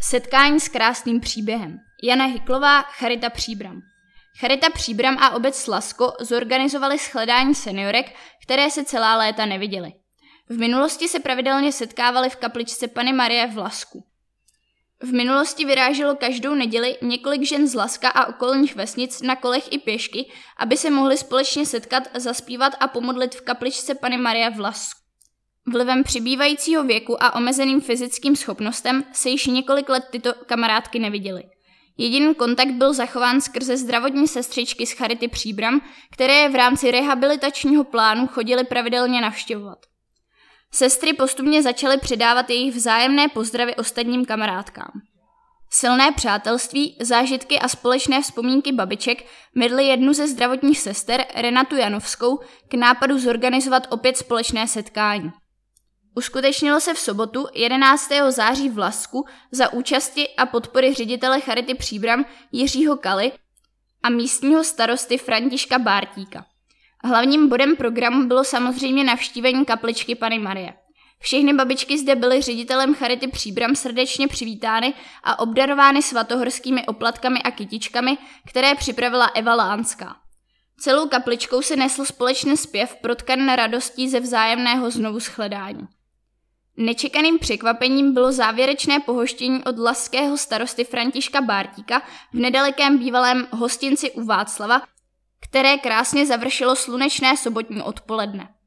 Setkání s krásným příběhem. Jana Hyklová, Charita Příbram. Charita Příbram a obec Slazko zorganizovali shledání seniorek, které se celá léta neviděly. V minulosti se pravidelně setkávali v kapličce Panny Marie v Lasku. V minulosti vyráželo každou neděli několik žen z Laska a okolních vesnic na kolech i pěšky, aby se mohli společně setkat, zaspívat a pomodlit v kapličce Panny Marie v Lasku. Vlivem přibývajícího věku a omezeným fyzickým schopnostem se již několik let tyto kamarádky neviděly. Jediný kontakt byl zachován skrze zdravotní sestřičky z Charity Příbram, které je v rámci rehabilitačního plánu chodily pravidelně navštěvovat. Sestry postupně začaly předávat jejich vzájemné pozdravy ostatním kamarádkám. Silné přátelství, zážitky a společné vzpomínky babiček vedly jednu ze zdravotních sester, Renatu Janovskou, k nápadu zorganizovat opět společné setkání. Uskutečnilo se v sobotu 11. září v Lasku za účasti a podpory ředitele Charity Příbram Jiřího Kaly a místního starosty Františka Bártíka. Hlavním bodem programu bylo samozřejmě navštívení kapličky Panny Marie. Všechny babičky zde byly ředitelem Charity Příbram srdečně přivítány a obdarovány svatohorskými oplatkami a kytičkami, které připravila Eva Lánská. Celou kapličkou se nesl společný zpěv protkaný radostí ze vzájemného znovu shledání. Nečekaným překvapením bylo závěrečné pohoštění od laského starosty Františka Bártíka v nedalekém bývalém hostinci u Václava, které krásně završilo slunečné sobotní odpoledne.